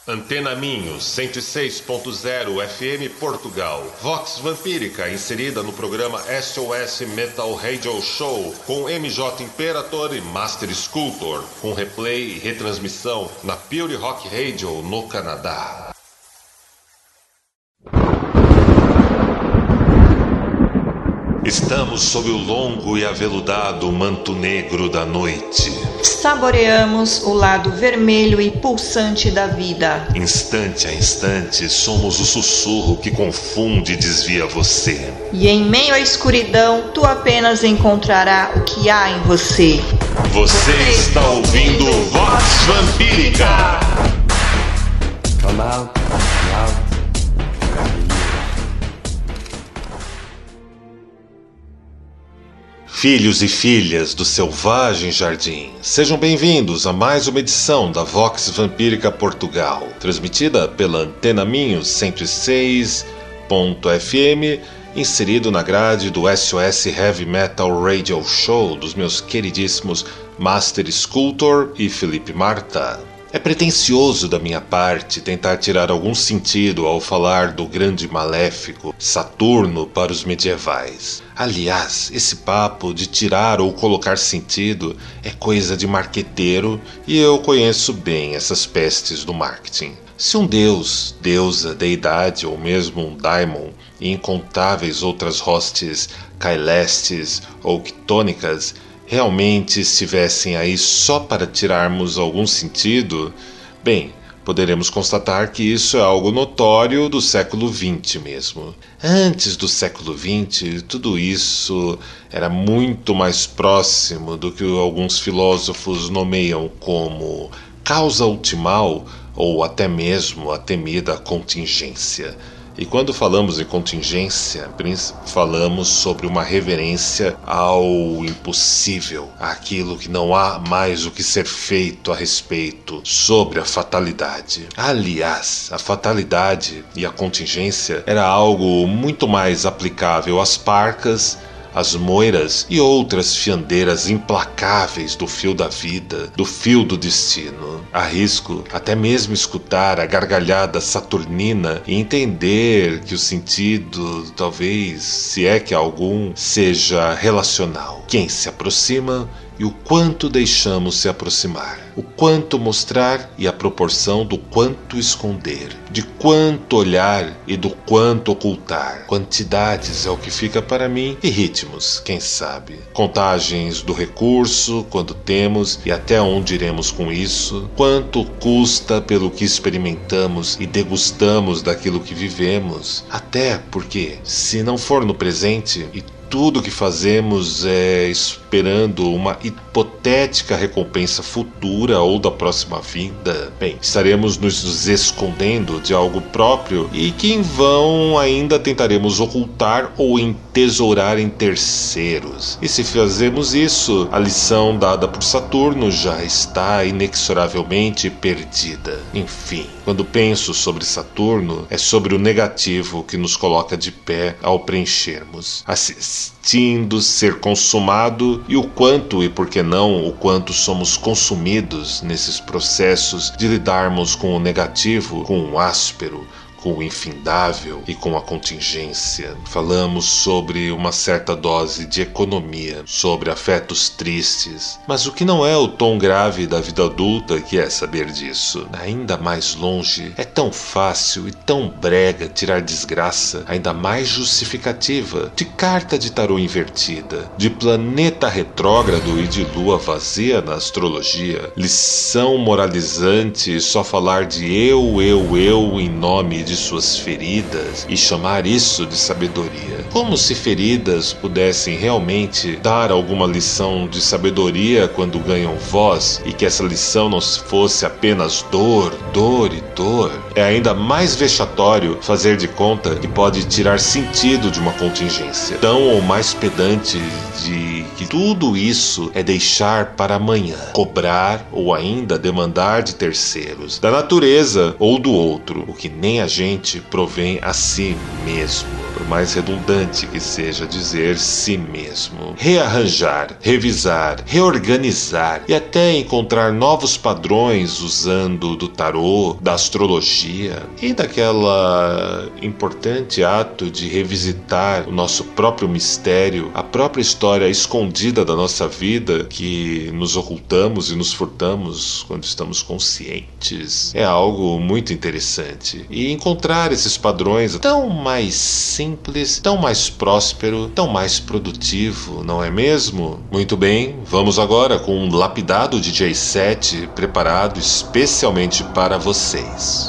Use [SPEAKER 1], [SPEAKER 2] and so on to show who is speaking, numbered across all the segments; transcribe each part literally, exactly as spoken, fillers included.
[SPEAKER 1] Antena Minho, cento e seis ponto zero F M Portugal. Vox Vampírica, inserida no programa S O S Metal Radio Show, com M J Imperator e Master Sculptor, com replay e retransmissão na Pure Rock Radio no Canadá. Estamos sob o longo e aveludado manto negro da noite.
[SPEAKER 2] Saboreamos o lado vermelho e pulsante da vida.
[SPEAKER 1] Instante a instante, somos o sussurro que confunde e desvia você.
[SPEAKER 2] E em meio à escuridão, tu apenas encontrará o que há em você.
[SPEAKER 1] Você, você está ouvindo Vox Vampírica!
[SPEAKER 3] Come out, come out.
[SPEAKER 1] Filhos e filhas do Selvagem Jardim, sejam bem-vindos a mais uma edição da Vox Vampírica Portugal, transmitida pela Antena Minho cento e seis ponto F M, inserido na grade do S O S Heavy Metal Radio Show dos meus queridíssimos Master Sculptor e Felipe Marta. É pretensioso da minha parte tentar tirar algum sentido ao falar do grande maléfico Saturno para os medievais. Aliás, esse papo de tirar ou colocar sentido é coisa de marqueteiro e eu conheço bem essas pestes do marketing. Se um deus, deusa, deidade ou mesmo um daimon e incontáveis outras hostes caelestes ou quitônicas realmente estivessem aí só para tirarmos algum sentido, bem, poderemos constatar que isso é algo notório do século vinte mesmo. Antes do século vinte, tudo isso era muito mais próximo do que alguns filósofos nomeiam como causa ultimal ou até mesmo a temida contingência. E quando falamos em contingência, falamos sobre uma reverência ao impossível, àquilo que não há mais o que ser feito a respeito, sobre a fatalidade. Aliás, a fatalidade e a contingência era algo muito mais aplicável às parcas, as moiras e outras fiandeiras implacáveis do fio da vida, do fio do destino. Arrisco até mesmo escutar a gargalhada saturnina e entender que o sentido, talvez, se é que algum, seja relacional. Quem se aproxima e o quanto deixamos se aproximar, o quanto mostrar e a proporção do quanto esconder, de quanto olhar e do quanto ocultar. Quantidades é o que fica para mim e ritmos, quem sabe. Contagens do recurso, quando temos e até onde iremos com isso, quanto custa pelo que experimentamos e degustamos daquilo que vivemos. Até porque, se não for no presente e tudo que fazemos é esperando uma hipotética recompensa futura ou da próxima vida, bem, estaremos nos escondendo de algo próprio e que em vão ainda tentaremos ocultar ou entesourar em terceiros. E se fazemos isso, a lição dada por Saturno já está inexoravelmente perdida. Enfim, quando penso sobre Saturno, é sobre o negativo que nos coloca de pé ao preenchermos. Assistindo ser consumado e o quanto e por que não o quanto somos consumidos nesses processos de lidarmos com o negativo, com o áspero, com o infindável e com a contingência. Falamos sobre uma certa dose de economia, sobre afetos tristes, mas o que não é o tom grave da vida adulta que é saber disso. Ainda mais longe, é tão fácil e tão brega tirar desgraça, ainda mais justificativa, de carta de tarô invertida, de planeta retrógrado e de lua vazia na astrologia, lição moralizante só falar de eu, eu, eu em nome de de suas feridas e chamar isso de sabedoria. Como se feridas pudessem realmente dar alguma lição de sabedoria quando ganham voz e que essa lição não fosse apenas dor, dor e dor. É ainda mais vexatório fazer de conta que pode tirar sentido de uma contingência, tão ou mais pedante de que tudo isso é deixar para amanhã, cobrar ou ainda demandar de terceiros, da natureza ou do outro, o que nem a gente provém a si mesmo. por mais redundante que seja dizer si mesmo. Rearranjar, revisar, reorganizar e até encontrar novos padrões usando do tarô, da astrologia e daquela importante ato de revisitar o nosso próprio mistério, a própria história escondida da nossa vida que nos ocultamos e nos furtamos quando estamos conscientes. É algo muito interessante. E encontrar esses padrões tão mais simples, tão mais próspero, tão mais produtivo, não é mesmo? Muito bem, vamos agora com um lapidado D J set preparado especialmente para vocês.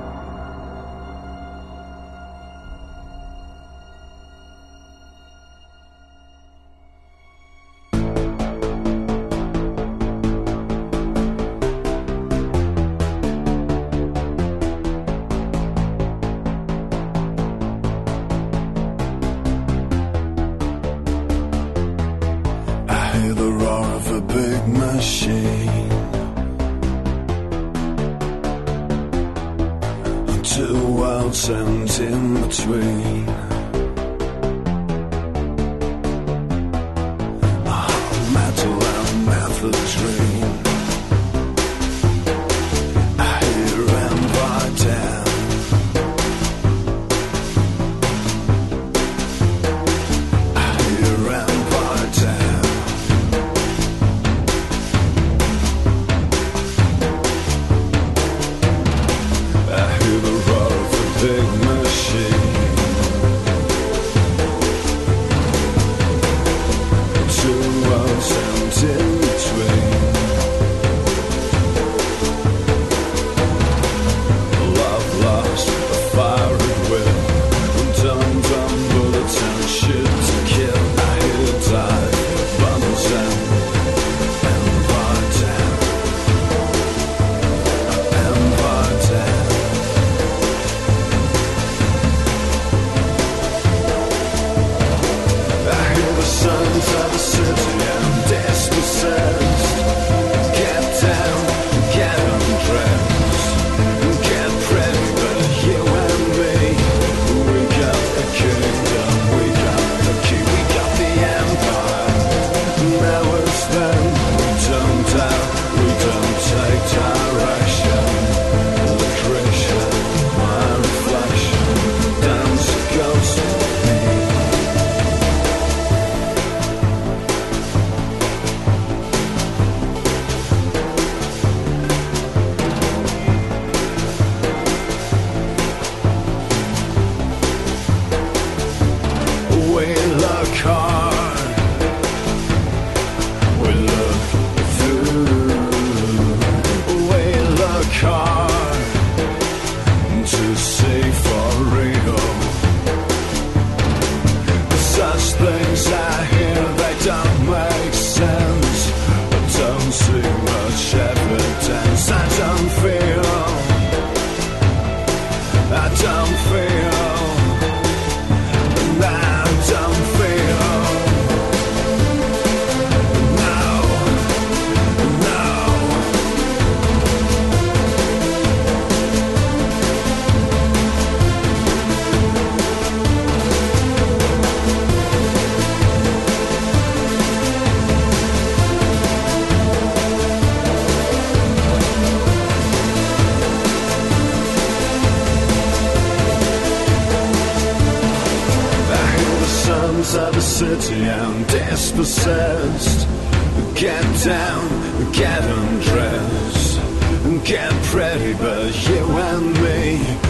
[SPEAKER 4] city and dispossessed. Get down, get undressed, get ready, but you and me,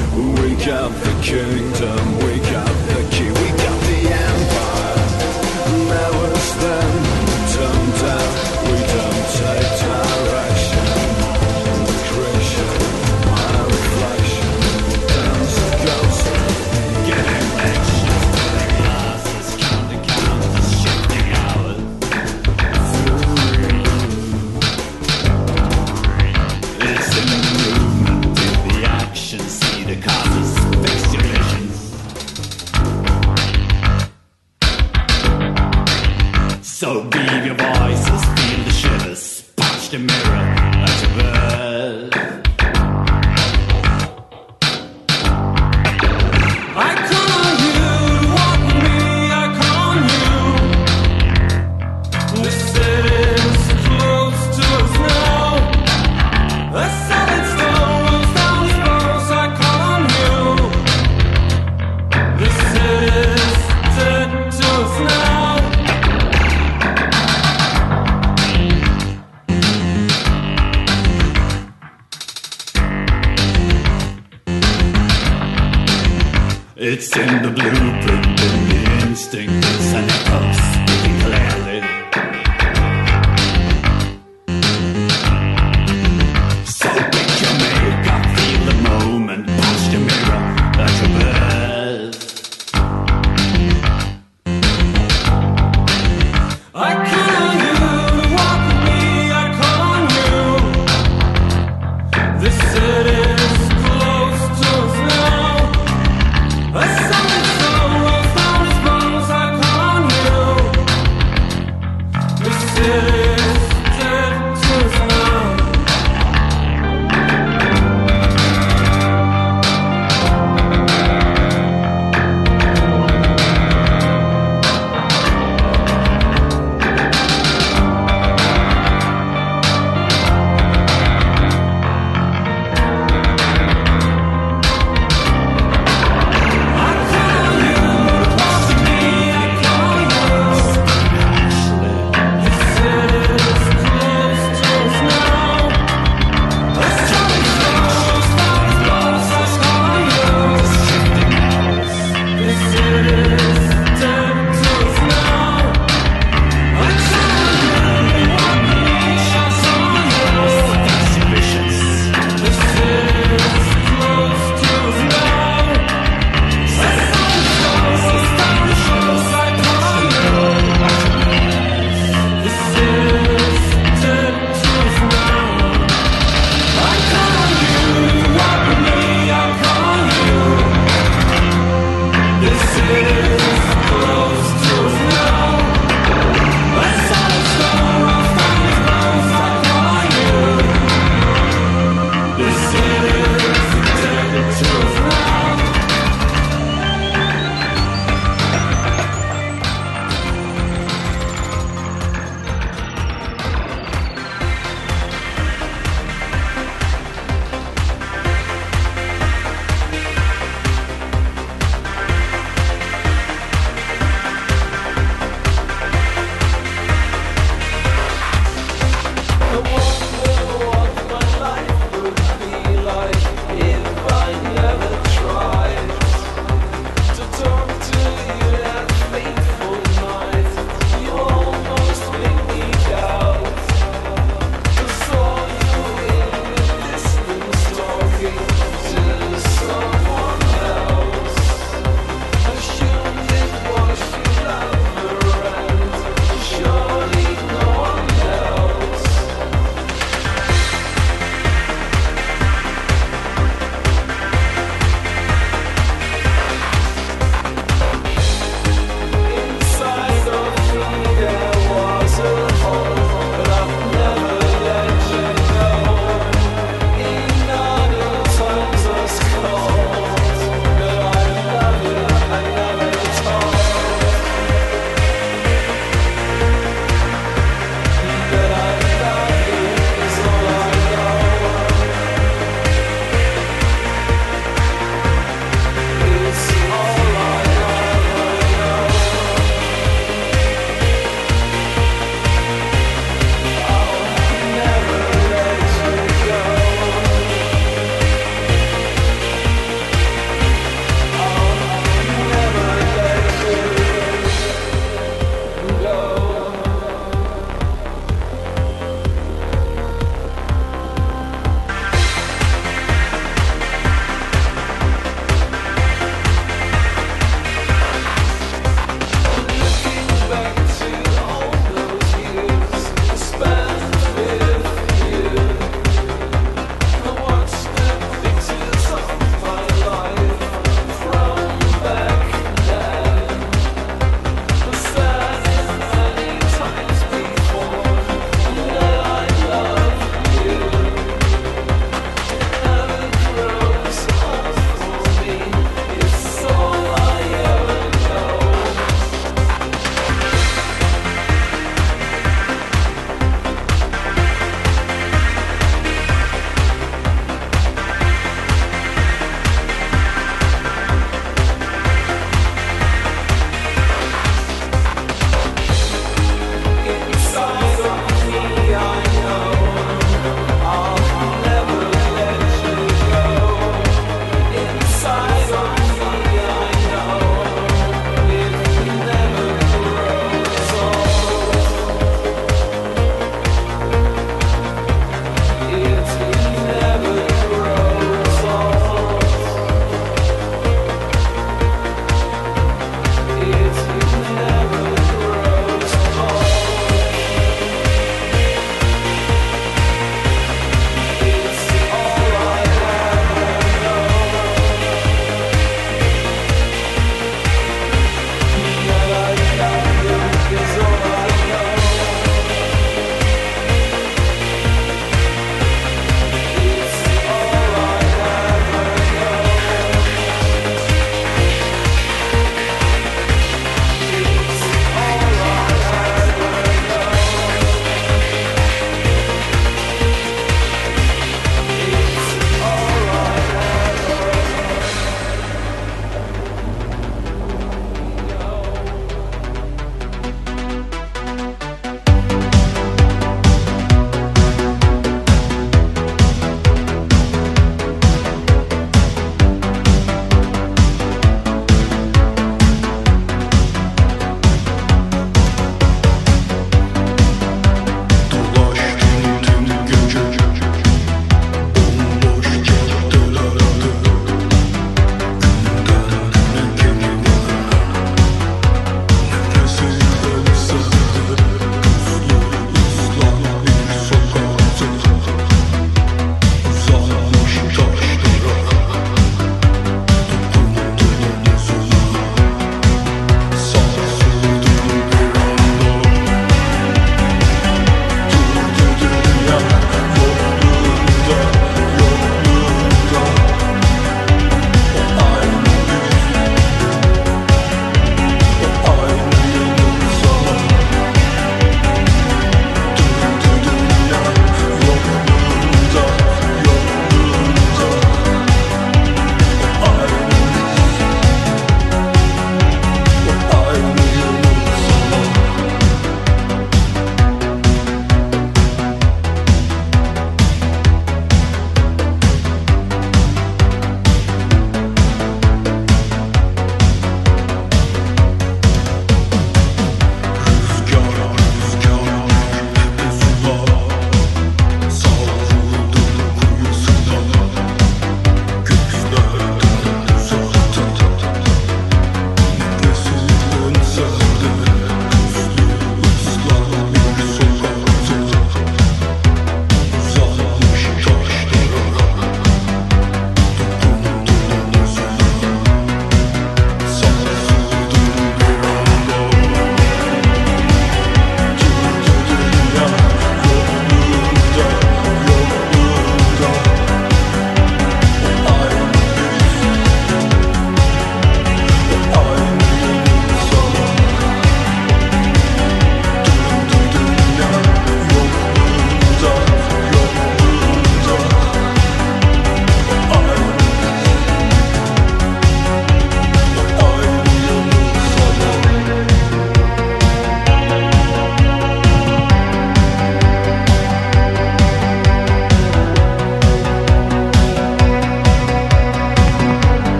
[SPEAKER 4] we got the kingdom, we got the key, we got the empire. Now it's then, don't doubt, we don't take direction. The creation, my reflection, dance of ghosts, getting action. The glasses count the count, the shifting hours. It's in the movement, in the action, see the causes, fix your visions. It's in the blueprint, in the instinct, it's an echo speaking clearly. So pick your makeup, feel the moment, past your mirror like a bird. I call on you, walk with me, I call on you. This city's close to us now. A solid soul rolls down his bones, I call on you.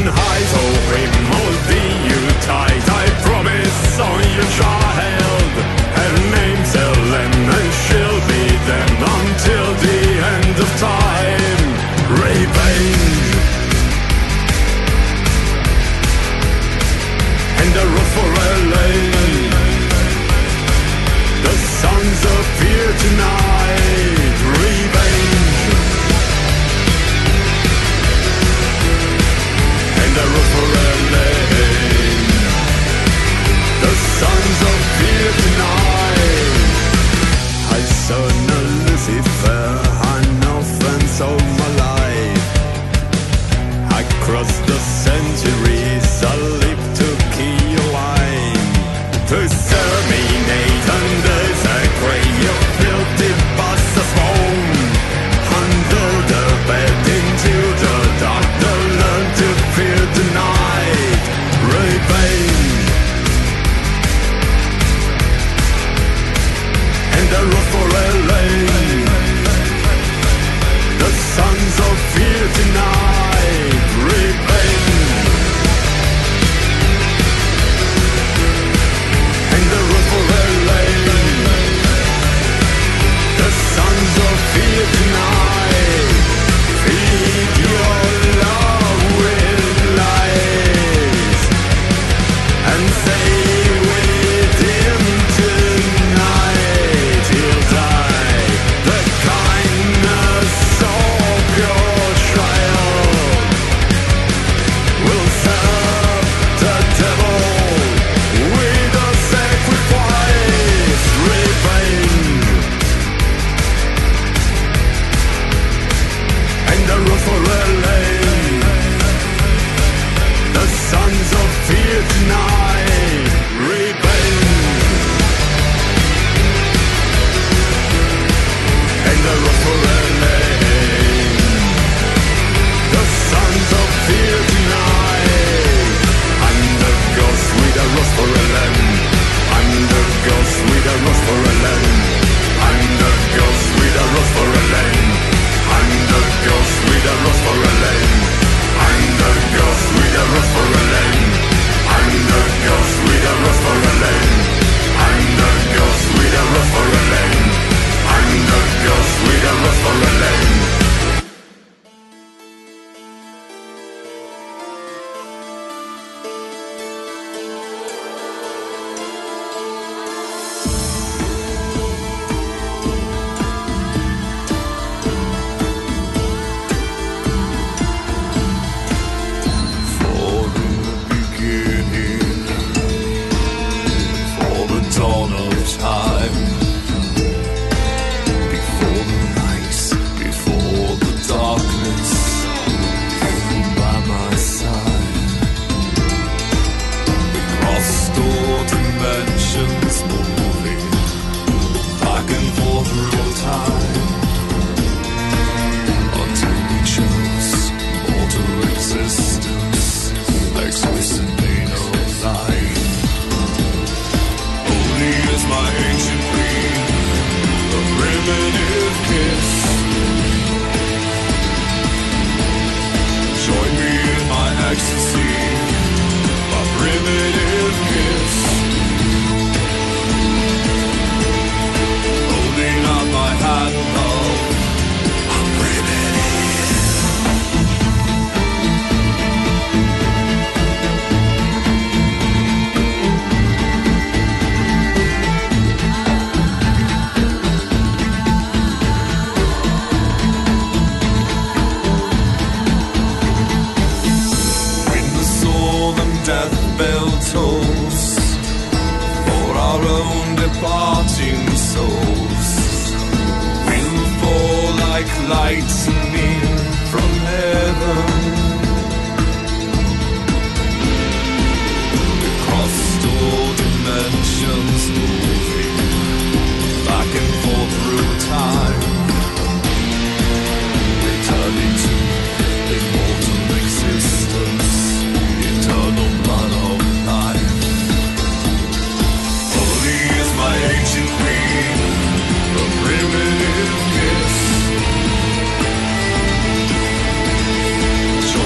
[SPEAKER 4] and high, so it will be you tight. I promise on your child, her name's Ellen, and she'll be then until the end of time. Revenge. And a road for L A. The sons appear tonight. Revenge. And a road for L A. The sons appear tonight. I saw no Lucifer, had no friends all my life. I crossed the centuries, I lived to key a line. To terminate and desecrate your filthy bastard's bone. Under the bed, into the dark, to learn to fear the night. Revenge. And the road for L A. The sons of fear tonight. Revenge. And the road for L A. The sons of fear tonight. Feed your love with lies and say with him tonight he'll die. The kindness of your child will serve the devil with a sacrifice. Revenge. And the road for L A. The sons of fear tonight. Revenge. And the road for L A. The sons of fear tonight. I'm the ghost with a rose for a lamb. I'm the ghost with a rose for a lamb. I'm the ghost with a rose for a lamb. I'm the ghost with a rose for a lamb. I'm the ghost with a rose for a lamb. I'm the ghost with a rose for a lamb. I'm the ghost with a rose for a lamb. I'm the ghost with a rose for a lamb. For the beginning, for the dawn of time, before the night, before the darkness, you by my side. Crossed all dimensions, moving back and forth through time, until we chose mortal existence, explicit pain of life. Holy is my ancient queen, a primitive kiss. Join me in my ecstasy, my primitive kiss. Holding out my hand, love, I'm primitive. When the soul and death bell tolls for our own departing souls, we'll fall like lightning from heaven. Across all dimensions, moving back and forth through time, returning to immortal existence, eternal blood of life. Holy is my ancient queen, a primitive kiss.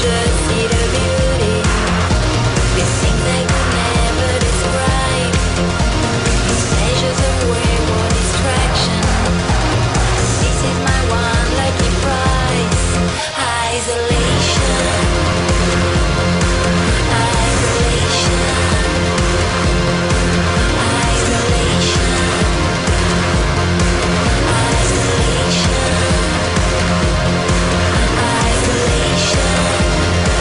[SPEAKER 5] just see the beauty. These things I could never describe. These pleasures away for distraction. This is my one lucky prize. Isolation. Isolation. Isolation. Isolation. Isolation.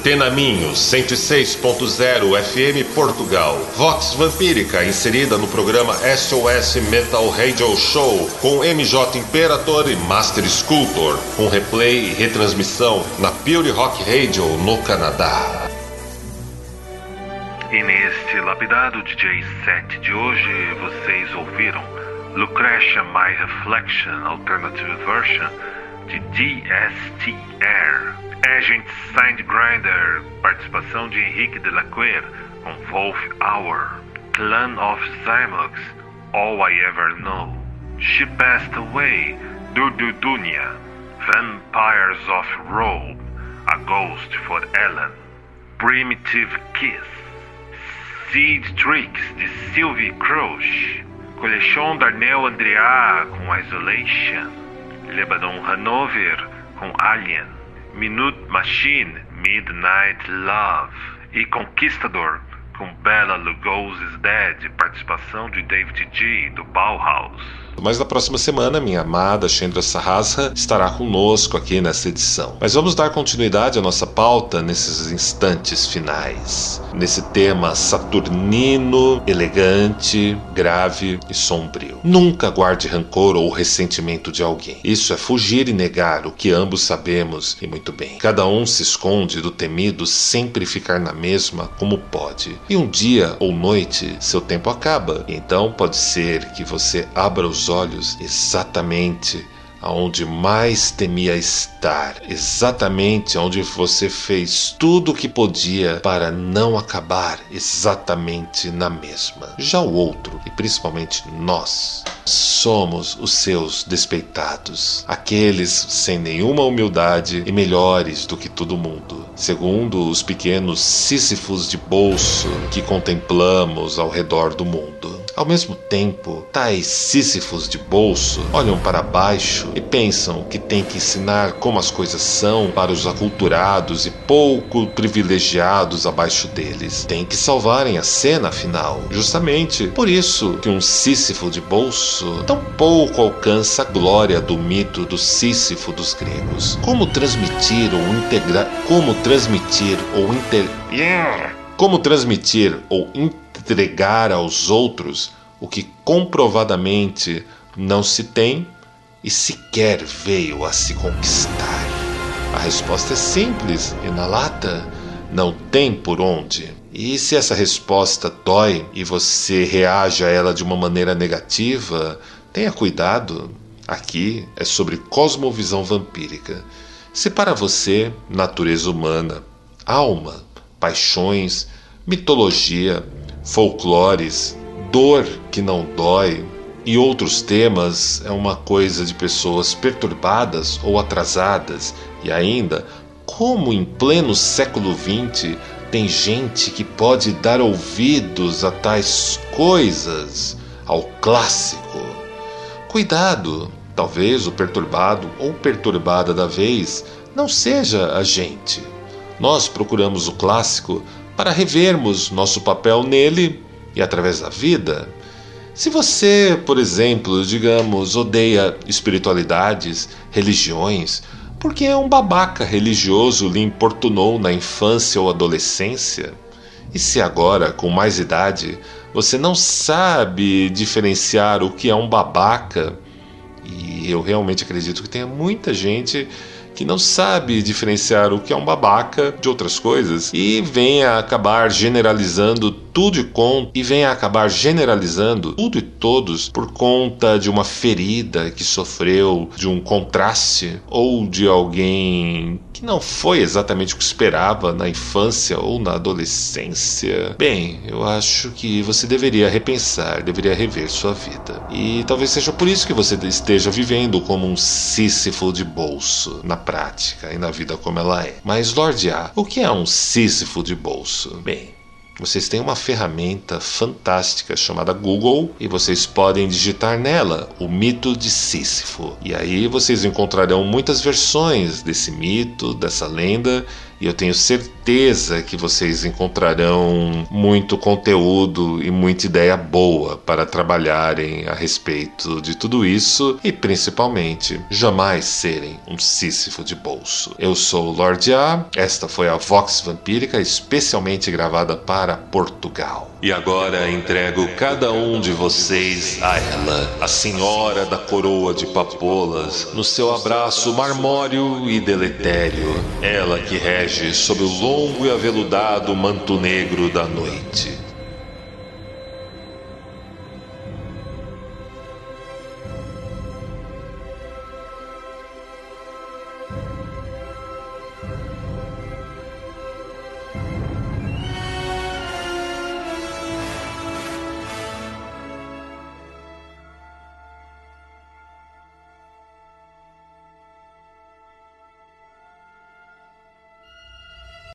[SPEAKER 1] Antena Minho cento e seis ponto zero F M Portugal. Vox Vampírica inserida no programa S O S Metal Radio Show com M J Imperator e Master Sculptor, com replay e retransmissão na Pure Rock Radio no Canadá.
[SPEAKER 6] E neste lapidado D J set de hoje vocês ouviram Lucretia My Reflection Alternative Version de D S T R, Agent Sandgrinder, participação de Henrique Delacroix com Wolf Hour, Clan of Zymox, All I Ever Know, She Passed Away, Durdudunia, Vampires of Robe, A Ghost for Ellen, Primitive Kiss, Seed Tricks de Sylvie Crouch, Collection d'Arnel Andrea com Isolation, Lebanon Hanover com Alien, Minute Machine, Midnight Love e Conquistador com Bela Lugosi's Dead, participação de David G. do Bauhaus.
[SPEAKER 1] Mas na próxima semana, minha amada Chandra Sahasra estará conosco aqui nessa edição. Mas vamos dar continuidade à nossa pauta nesses instantes finais. Nesse tema saturnino, elegante, grave e sombrio. Nunca guarde rancor ou ressentimento de alguém. Isso é fugir e negar o que ambos sabemos e muito bem. Cada um se esconde do temido sempre ficar na mesma como pode. E um dia ou noite, seu tempo acaba. E então pode ser que você abra os olhos exatamente aonde mais temia estar, exatamente onde você fez tudo o que podia para não acabar exatamente na mesma. Já o outro, e principalmente nós, somos os seus despeitados, aqueles sem nenhuma humildade e melhores do que todo mundo, segundo os pequenos sísifos de bolso que contemplamos ao redor do mundo. Ao mesmo tempo, tais sísifos de bolso olham para baixo e pensam que tem que ensinar como as coisas são para os aculturados e pouco privilegiados abaixo deles. Tem que salvarem a cena, afinal. Justamente por isso que um sísifo de bolso tão pouco alcança a glória do mito do Sísifo dos gregos. Como transmitir ou integrar... Como transmitir ou inter... Yeah! Como transmitir ou integrar entregar aos outros o que comprovadamente não se tem e sequer veio a se conquistar? A resposta é simples e na lata: não tem por onde. E se essa resposta dói e você reage a ela de uma maneira negativa, tenha cuidado. Aqui é sobre cosmovisão vampírica. Se para você, natureza humana, alma, paixões, mitologia, folclores, dor que não dói e outros temas é uma coisa de pessoas perturbadas ou atrasadas, e ainda, como em pleno século vinte tem gente que pode dar ouvidos a tais coisas, ao clássico. Cuidado, talvez o perturbado ou perturbada da vez não seja a gente. Nós procuramos o clássico para revermos nosso papel nele e através da vida. Se você, por exemplo, digamos, odeia espiritualidades, religiões, porque um babaca religioso lhe importunou na infância ou adolescência, e se agora, com mais idade, você não sabe diferenciar o que é um babaca, e eu realmente acredito que tenha muita gente que não sabe diferenciar o que é um babaca de outras coisas e vem a acabar generalizando tudo e com e vem a acabar generalizando tudo e todos por conta de uma ferida que sofreu, de um contraste ou de alguém que não foi exatamente o que esperava na infância ou na adolescência. Bem, eu acho que você deveria repensar, deveria rever sua vida. E talvez seja por isso que você esteja vivendo como um Sísifo de bolso na prática e na vida como ela é. Mas, Lorde A, o que é um Sísifo de bolso? Bem, vocês têm uma ferramenta fantástica chamada Google e vocês podem digitar nela o mito de Sísifo. E aí vocês encontrarão muitas versões desse mito, dessa lenda E eu tenho certeza que vocês encontrarão muito conteúdo e muita ideia boa para trabalharem a respeito de tudo isso e, principalmente, jamais serem um Sísifo de bolso. Eu sou o Lorde A, esta foi a Vox Vampírica especialmente gravada para Portugal. E agora entrego cada um de vocês a ela, a Senhora da Coroa de Papolas, no seu abraço marmório e deletério. Ela que rege sob o longo e aveludado manto negro da noite.